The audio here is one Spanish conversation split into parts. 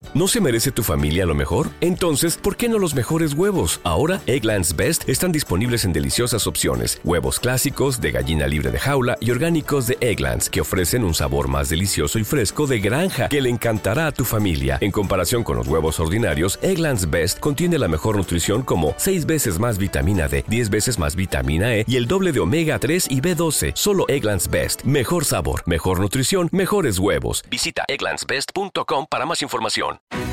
¿No se merece tu familia lo mejor? Entonces, ¿por qué no los mejores huevos? Ahora, Eggland's Best están disponibles en deliciosas opciones. Huevos clásicos, de gallina libre de jaula y orgánicos de Eggland's, que ofrecen un sabor más delicioso y fresco de granja que le encantará a tu familia. En comparación con los huevos ordinarios, Eggland's Best contiene la mejor nutrición como 6 veces más vitamina D, 10 veces más vitamina E y el doble de omega 3 y B12. Solo Eggland's Best. Mejor sabor, mejor nutrición, mejores huevos. Visita egglandsbest.com para más información.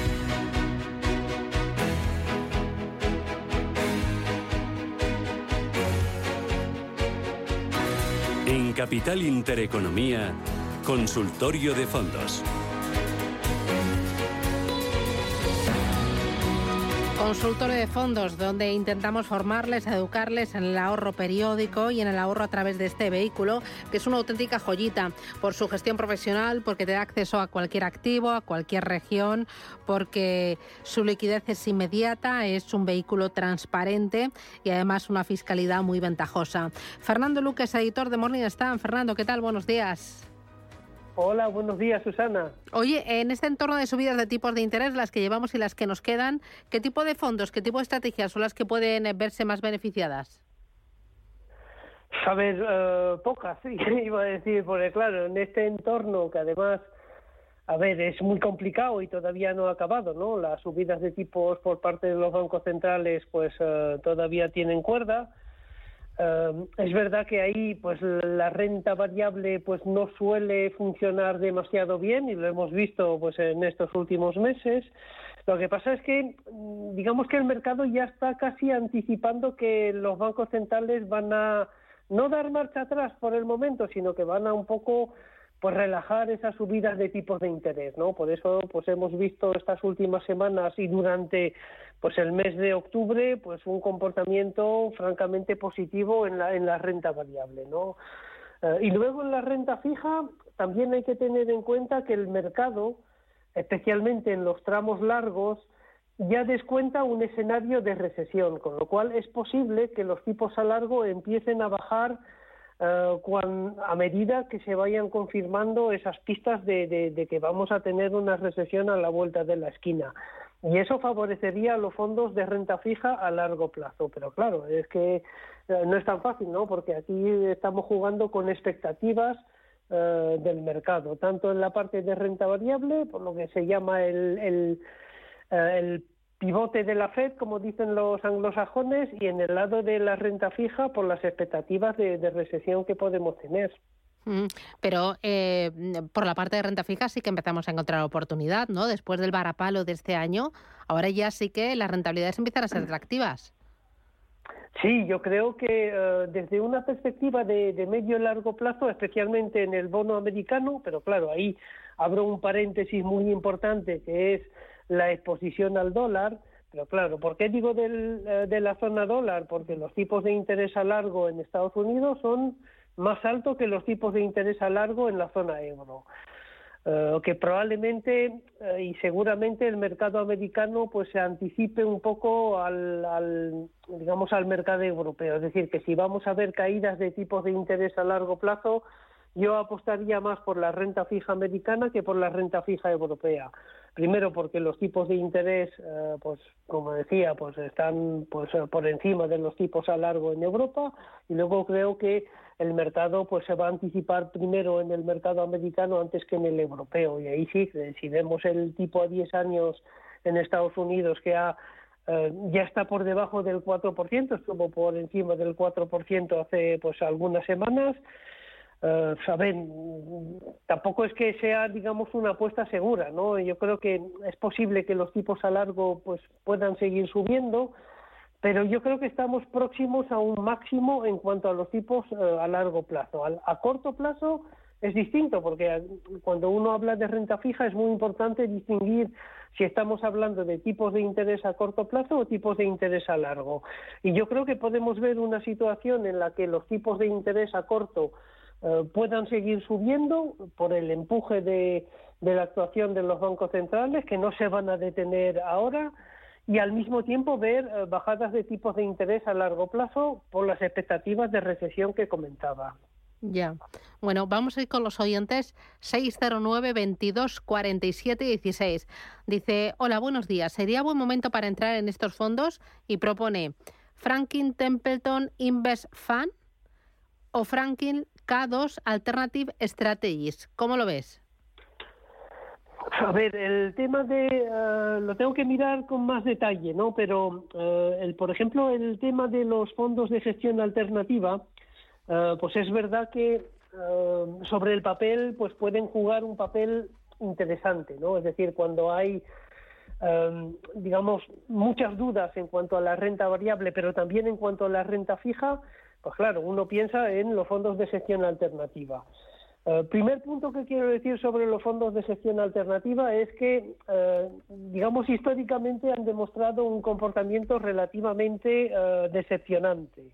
En Capital Intereconomía, consultorio de fondos. Consultorio de fondos, donde intentamos formarles, educarles en el ahorro periódico y en el ahorro a través de este vehículo, que es una auténtica joyita por su gestión profesional, porque te da acceso a cualquier activo, a cualquier región, porque su liquidez es inmediata, es un vehículo transparente y además una fiscalidad muy ventajosa. Fernando Luque es editor de Morning Stand. Fernando, ¿qué tal? Buenos días. Hola, buenos días, Susana. Oye, en este entorno de subidas de tipos de interés, las que llevamos y las que nos quedan, ¿qué tipo de fondos, qué tipo de estrategias son las que pueden verse más beneficiadas? A ver, pocas, sí, iba a decir, porque claro, en este entorno que además, a ver, es muy complicado y todavía no ha acabado, ¿no? Las subidas de tipos por parte de los bancos centrales, pues todavía tienen cuerda. Es verdad que ahí pues la renta variable pues no suele funcionar demasiado bien y lo hemos visto pues en estos últimos meses. Lo que pasa es que digamos que el mercado ya está casi anticipando que los bancos centrales van a no dar marcha atrás por el momento, sino que van a un poco pues relajar esas subidas de tipos de interés, ¿no? Por eso pues hemos visto estas últimas semanas y durante pues el mes de octubre pues un comportamiento francamente positivo en la renta variable, ¿no? Y luego en la renta fija también hay que tener en cuenta que el mercado, especialmente en los tramos largos, ya descuenta un escenario de recesión, con lo cual es posible que los tipos a largo empiecen a bajar a medida que se vayan confirmando esas pistas de que vamos a tener una recesión a la vuelta de la esquina. Y eso favorecería a los fondos de renta fija a largo plazo. Pero claro, es que no es tan fácil, ¿no? Porque aquí estamos jugando con expectativas del mercado, tanto en la parte de renta variable, por lo que se llama el pivote de la Fed, como dicen los anglosajones, y en el lado de la renta fija por las expectativas de recesión que podemos tener. Pero por la parte de renta fija sí que empezamos a encontrar oportunidad, ¿no? Después del varapalo de este año, ahora ya sí que las rentabilidades empiezan a ser atractivas. Sí, yo creo que desde una perspectiva de medio y largo plazo, especialmente en el bono americano, pero claro, ahí abro un paréntesis muy importante que es la exposición al dólar. Pero claro, ¿por qué digo de la zona dólar? Porque los tipos de interés a largo en Estados Unidos son más altos que los tipos de interés a largo en la zona euro. Que probablemente y seguramente el mercado americano pues se anticipe un poco al mercado europeo. Es decir, que si vamos a ver caídas de tipos de interés a largo plazo, yo apostaría más por la renta fija americana que por la renta fija europea. Primero porque los tipos de interés, pues como decía, pues están pues por encima de los tipos a largo en Europa, y luego creo que el mercado pues se va a anticipar primero en el mercado americano antes que en el europeo, y ahí sí, si vemos el tipo a 10 años en Estados Unidos que ya está por debajo del 4%, estuvo por encima del 4% hace pues algunas semanas. Tampoco es que sea, digamos, una apuesta segura, ¿no? Yo creo que es posible que los tipos a largo pues puedan seguir subiendo, pero yo creo que estamos próximos a un máximo en cuanto a los tipos a largo plazo. A corto plazo es distinto, porque cuando uno habla de renta fija es muy importante distinguir si estamos hablando de tipos de interés a corto plazo o tipos de interés a largo. Y yo creo que podemos ver una situación en la que los tipos de interés a corto puedan seguir subiendo por el empuje de la actuación de los bancos centrales, que no se van a detener ahora, y al mismo tiempo ver bajadas de tipos de interés a largo plazo por las expectativas de recesión que comentaba. Ya. Bueno, vamos a ir con los oyentes. 609 22 47 16. Dice, hola, buenos días. ¿Sería buen momento para entrar en estos fondos? Y propone Franklin Templeton Invest Fund o Franklin K2 Alternative Strategies. ¿Cómo lo ves? A ver, el tema lo tengo que mirar con más detalle, ¿no? Pero, por ejemplo, el tema de los fondos de gestión alternativa, pues es verdad que sobre el papel pues pueden jugar un papel interesante, ¿no? Es decir, cuando hay, digamos, muchas dudas en cuanto a la renta variable, pero también en cuanto a la renta fija, pues claro, uno piensa en los fondos de gestión alternativa. Primer punto que quiero decir sobre los fondos de gestión alternativa es que, digamos, históricamente han demostrado un comportamiento relativamente decepcionante.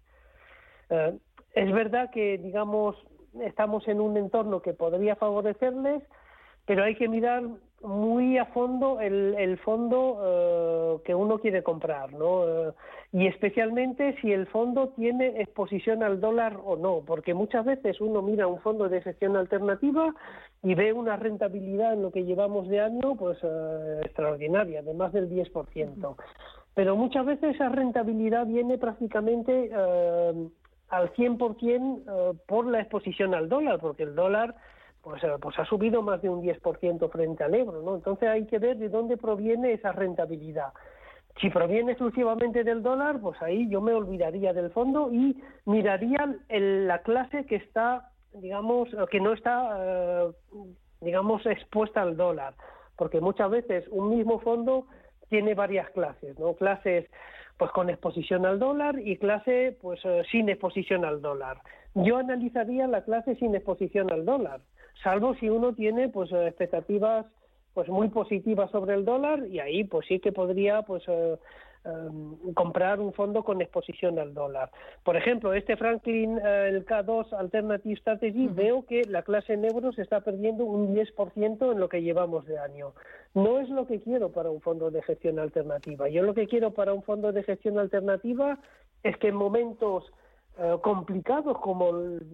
Es verdad que, digamos, estamos en un entorno que podría favorecerles, pero hay que mirar muy a fondo el fondo que uno quiere comprar, ¿no? Y especialmente si el fondo tiene exposición al dólar o no, porque muchas veces uno mira un fondo de gestión alternativa y ve una rentabilidad en lo que llevamos de año pues extraordinaria, de más del 10%. Pero muchas veces esa rentabilidad viene prácticamente al 100% por la exposición al dólar, porque el dólar pues ha subido más de un 10% frente al euro, ¿no? Entonces hay que ver de dónde proviene esa rentabilidad. Si proviene exclusivamente del dólar, pues ahí yo me olvidaría del fondo y miraría la clase que está, digamos, que no está, digamos, expuesta al dólar, porque muchas veces un mismo fondo tiene varias clases, ¿no? Clases pues con exposición al dólar y clase pues sin exposición al dólar. Yo analizaría la clase sin exposición al dólar, salvo si uno tiene pues expectativas pues muy positivas sobre el dólar, y ahí pues sí que podría pues comprar un fondo con exposición al dólar. Por ejemplo, este Franklin, el K2 Alternative Strategy, veo que la clase en euros está perdiendo un 10% en lo que llevamos de año. No es lo que quiero para un fondo de gestión alternativa. Yo lo que quiero para un fondo de gestión alternativa es que en momentos complicados como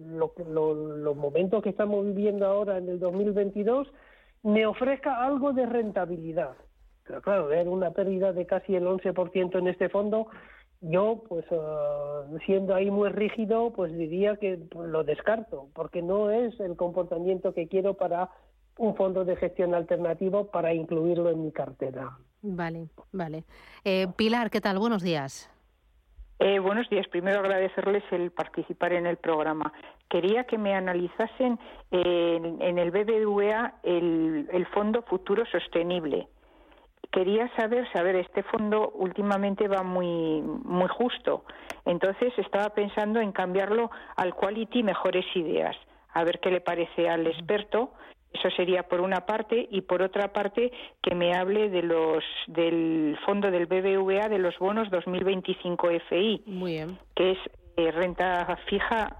los momentos que estamos viviendo ahora en el 2022, me ofrezca algo de rentabilidad. Pero claro, ver una pérdida de casi el 11% en este fondo, yo, pues siendo ahí muy rígido, pues diría que lo descarto, porque no es el comportamiento que quiero para un fondo de gestión alternativo para incluirlo en mi cartera. Vale, vale. Pilar, ¿qué tal? Buenos días. Buenos días. Primero agradecerles el participar en el programa. Quería que me analizasen en el BBVA el Fondo Futuro Sostenible. Quería saber, este fondo últimamente va muy justo. Entonces estaba pensando en cambiarlo al Quality Mejores Ideas. A ver qué le parece al experto. Eso sería por una parte, y por otra parte que me hable del fondo del BBVA de los bonos 2025 FI. Muy bien. Que es renta fija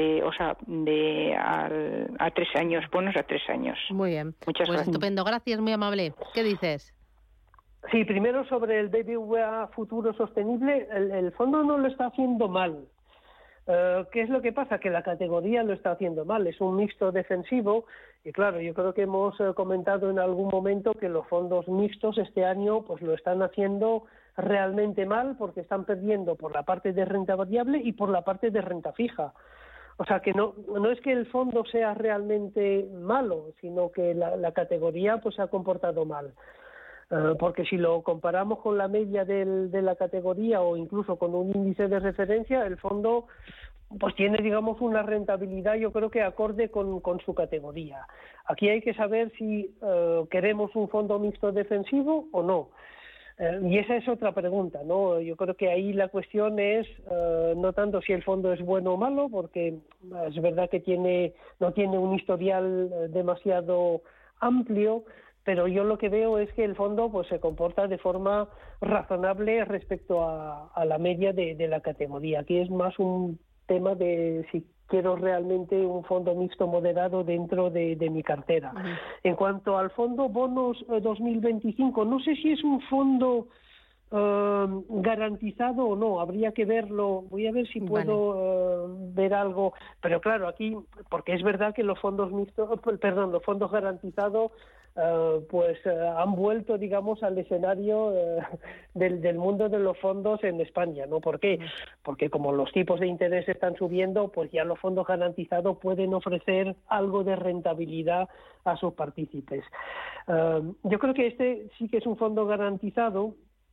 a 3 años, bonos a 3 años. Muy bien. Muchas gracias. Estupendo, gracias, muy amable. ¿Qué dices? Sí, primero sobre el BBVA Futuro Sostenible, el fondo no lo está haciendo mal. ¿Qué es lo que pasa? Que la categoría lo está haciendo mal. Es un mixto defensivo y claro, yo creo que hemos comentado en algún momento que los fondos mixtos este año pues lo están haciendo realmente mal porque están perdiendo por la parte de renta variable y por la parte de renta fija. O sea que no es que el fondo sea realmente malo, sino que la categoría pues se ha comportado mal. Porque si lo comparamos con la media de la categoría o incluso con un índice de referencia, el fondo pues tiene, digamos, una rentabilidad yo creo que acorde con su categoría. Aquí hay que saber si queremos un fondo mixto defensivo o no. Y esa es otra pregunta, ¿no? Yo creo que ahí la cuestión es no tanto si el fondo es bueno o malo, porque es verdad que no tiene un historial demasiado amplio, pero yo lo que veo es que el fondo pues se comporta de forma razonable respecto a la media de la categoría. Aquí es más un tema de si quiero realmente un fondo mixto moderado dentro de mi cartera. En cuanto al fondo bonos 2025, no sé si es un fondo garantizado o no, habría que verlo. Voy a ver si puedo ver algo, pero claro, aquí, porque es verdad que los fondos los fondos garantizados han vuelto, digamos, al escenario del mundo de los fondos en España, ¿no? ¿Por qué? Porque como los tipos de interés están subiendo, pues ya los fondos garantizados pueden ofrecer algo de rentabilidad a sus partícipes. Yo creo que este sí que es un fondo garantizado.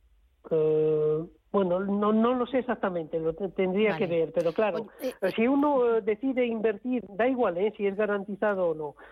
No lo sé exactamente, lo tendría que ver, pero claro, si uno decide invertir, da igual si es garantizado o no,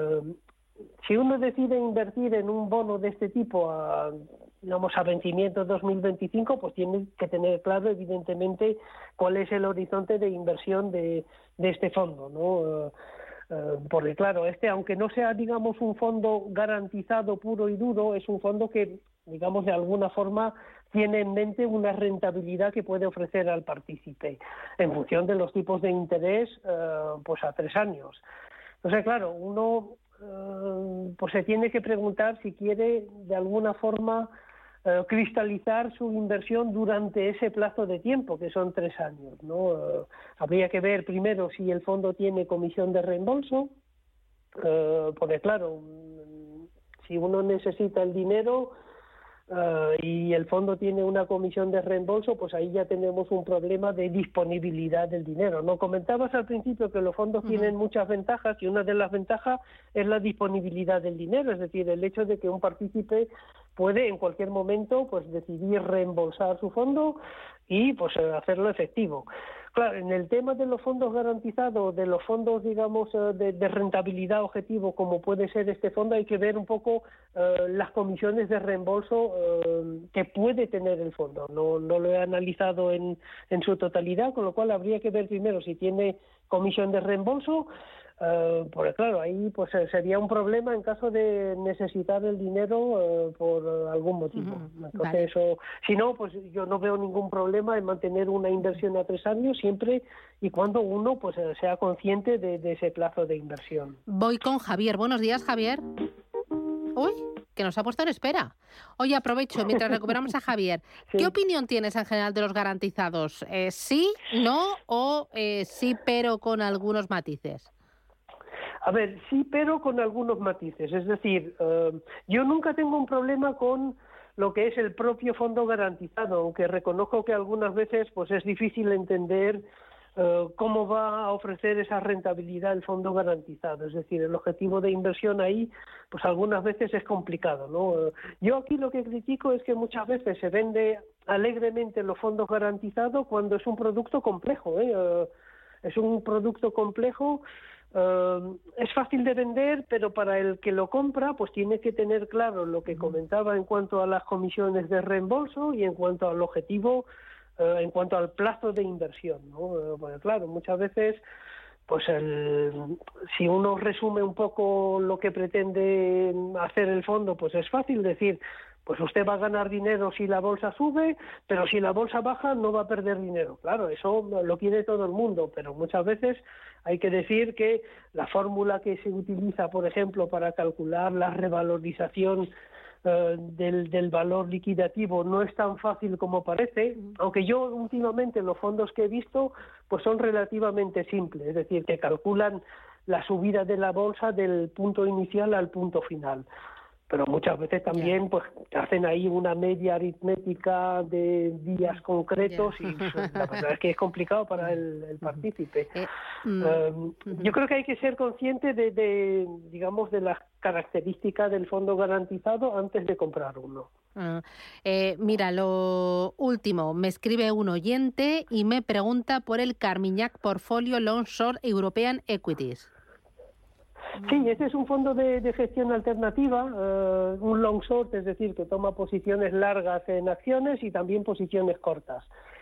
si uno decide invertir en un bono de este tipo a vencimiento 2025, pues tiene que tener claro, evidentemente, cuál es el horizonte de inversión de este fondo, ¿no? Porque claro, aunque no sea, digamos, un fondo garantizado puro y duro, es un fondo que, digamos, de alguna forma tiene en mente una rentabilidad que puede ofrecer al partícipe en función de los tipos de interés, pues a 3 años. Entonces, claro, uno pues se tiene que preguntar si quiere de alguna forma cristalizar su inversión durante ese plazo de tiempo, que son 3 años, ¿no? Habría que ver primero si el fondo tiene comisión de reembolso, porque claro, si uno necesita el dinero y el fondo tiene una comisión de reembolso, pues ahí ya tenemos un problema de disponibilidad del dinero, ¿no? Comentabas al principio que los fondos tienen muchas ventajas, y una de las ventajas es la disponibilidad del dinero, es decir, el hecho de que un partícipe puede en cualquier momento pues decidir reembolsar su fondo y pues hacerlo efectivo. Claro, en el tema de los fondos garantizados, de los fondos, digamos, de rentabilidad objetivo, como puede ser este fondo, hay que ver un poco las comisiones de reembolso que puede tener el fondo. No lo he analizado en su totalidad, con lo cual habría que ver primero si tiene comisión de reembolso, porque claro, ahí pues sería un problema en caso de necesitar el dinero por algún motivo. Entonces, si no, pues yo no veo ningún problema en mantener una inversión a 3 años, siempre y cuando uno pues sea consciente de ese plazo de inversión. Voy con Javier. Buenos días, Javier. Uy, que nos ha puesto en espera. Oye, aprovecho mientras recuperamos a Javier. Sí. ¿Qué opinión tienes en general de los garantizados? ¿Sí, no o sí, pero con algunos matices? A ver, sí, pero con algunos matices. Es decir, yo nunca tengo un problema con lo que es el propio fondo garantizado, aunque reconozco que algunas veces pues es difícil entender cómo va a ofrecer esa rentabilidad el fondo garantizado. Es decir, el objetivo de inversión ahí, pues algunas veces es complicado, ¿no? Yo aquí lo que critico es que muchas veces se vende alegremente los fondos garantizados cuando es un producto complejo, es un producto complejo. Es fácil de vender, pero para el que lo compra pues tiene que tener claro lo que comentaba en cuanto a las comisiones de reembolso y en cuanto al objetivo, en cuanto al plazo de inversión, ¿no? Porque claro, muchas veces pues si uno resume un poco lo que pretende hacer el fondo, pues es fácil decir, pues usted va a ganar dinero si la bolsa sube, pero si la bolsa baja no va a perder dinero. Claro, eso lo quiere todo el mundo, pero muchas veces hay que decir que la fórmula que se utiliza, por ejemplo, para calcular la revalorización del valor liquidativo no es tan fácil como parece, aunque yo últimamente los fondos que he visto pues son relativamente simples, es decir, que calculan la subida de la bolsa del punto inicial al punto final. Pero muchas veces también pues hacen ahí una media aritmética de días concretos y la verdad es que es complicado para el partícipe. Yo creo que hay que ser consciente de digamos, de las características del fondo garantizado antes de comprar uno. Mira, lo último, me escribe un oyente y me pregunta por el Carmignac Portfolio Long Short European Equities. Sí, este es un fondo de gestión alternativa, un long short, es decir, que toma posiciones largas en acciones y también posiciones cortas.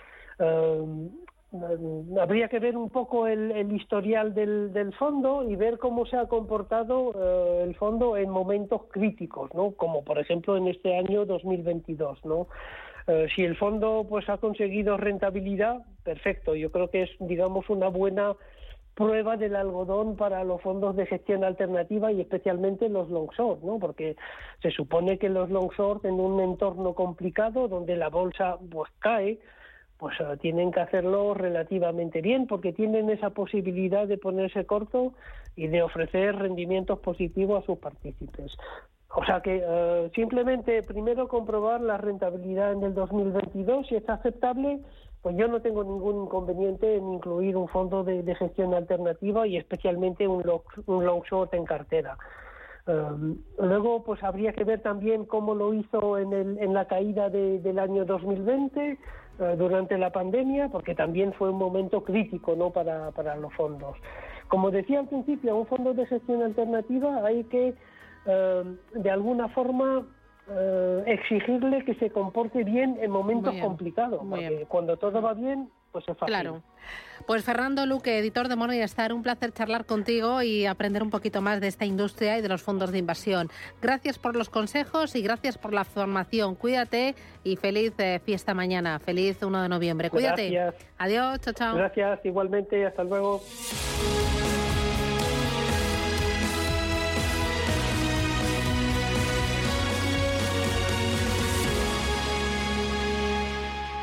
Habría que ver un poco el historial del fondo y ver cómo se ha comportado el fondo en momentos críticos, ¿no? Como por ejemplo en este año 2022, ¿no? Si el fondo pues ha conseguido rentabilidad, perfecto. Yo creo que es, digamos, una buena prueba del algodón para los fondos de gestión alternativa y especialmente los long short, ¿no? Porque se supone que los long short, en un entorno complicado donde la bolsa pues cae, pues tienen que hacerlo relativamente bien, porque tienen esa posibilidad de ponerse corto y de ofrecer rendimientos positivos a sus partícipes. O sea que simplemente primero comprobar la rentabilidad en el 2022, si está aceptable, pues yo no tengo ningún inconveniente en incluir un fondo de gestión alternativa y especialmente un long short en cartera. Luego pues habría que ver también cómo lo hizo en la caída del año 2020 durante la pandemia, porque también fue un momento crítico, ¿no?, para los fondos. Como decía al principio, un fondo de gestión alternativa hay que de alguna forma exigirle que se comporte bien en momentos complicados, porque cuando todo va bien, pues es fácil. Claro. Pues Fernando Luque, editor de Morningstar, un placer charlar contigo y aprender un poquito más de esta industria y de los fondos de inversión. Gracias por los consejos y gracias por la formación. Cuídate y feliz fiesta mañana. Feliz 1 de noviembre. Cuídate. Gracias. Adiós, chao, chao. Gracias, igualmente. Hasta luego.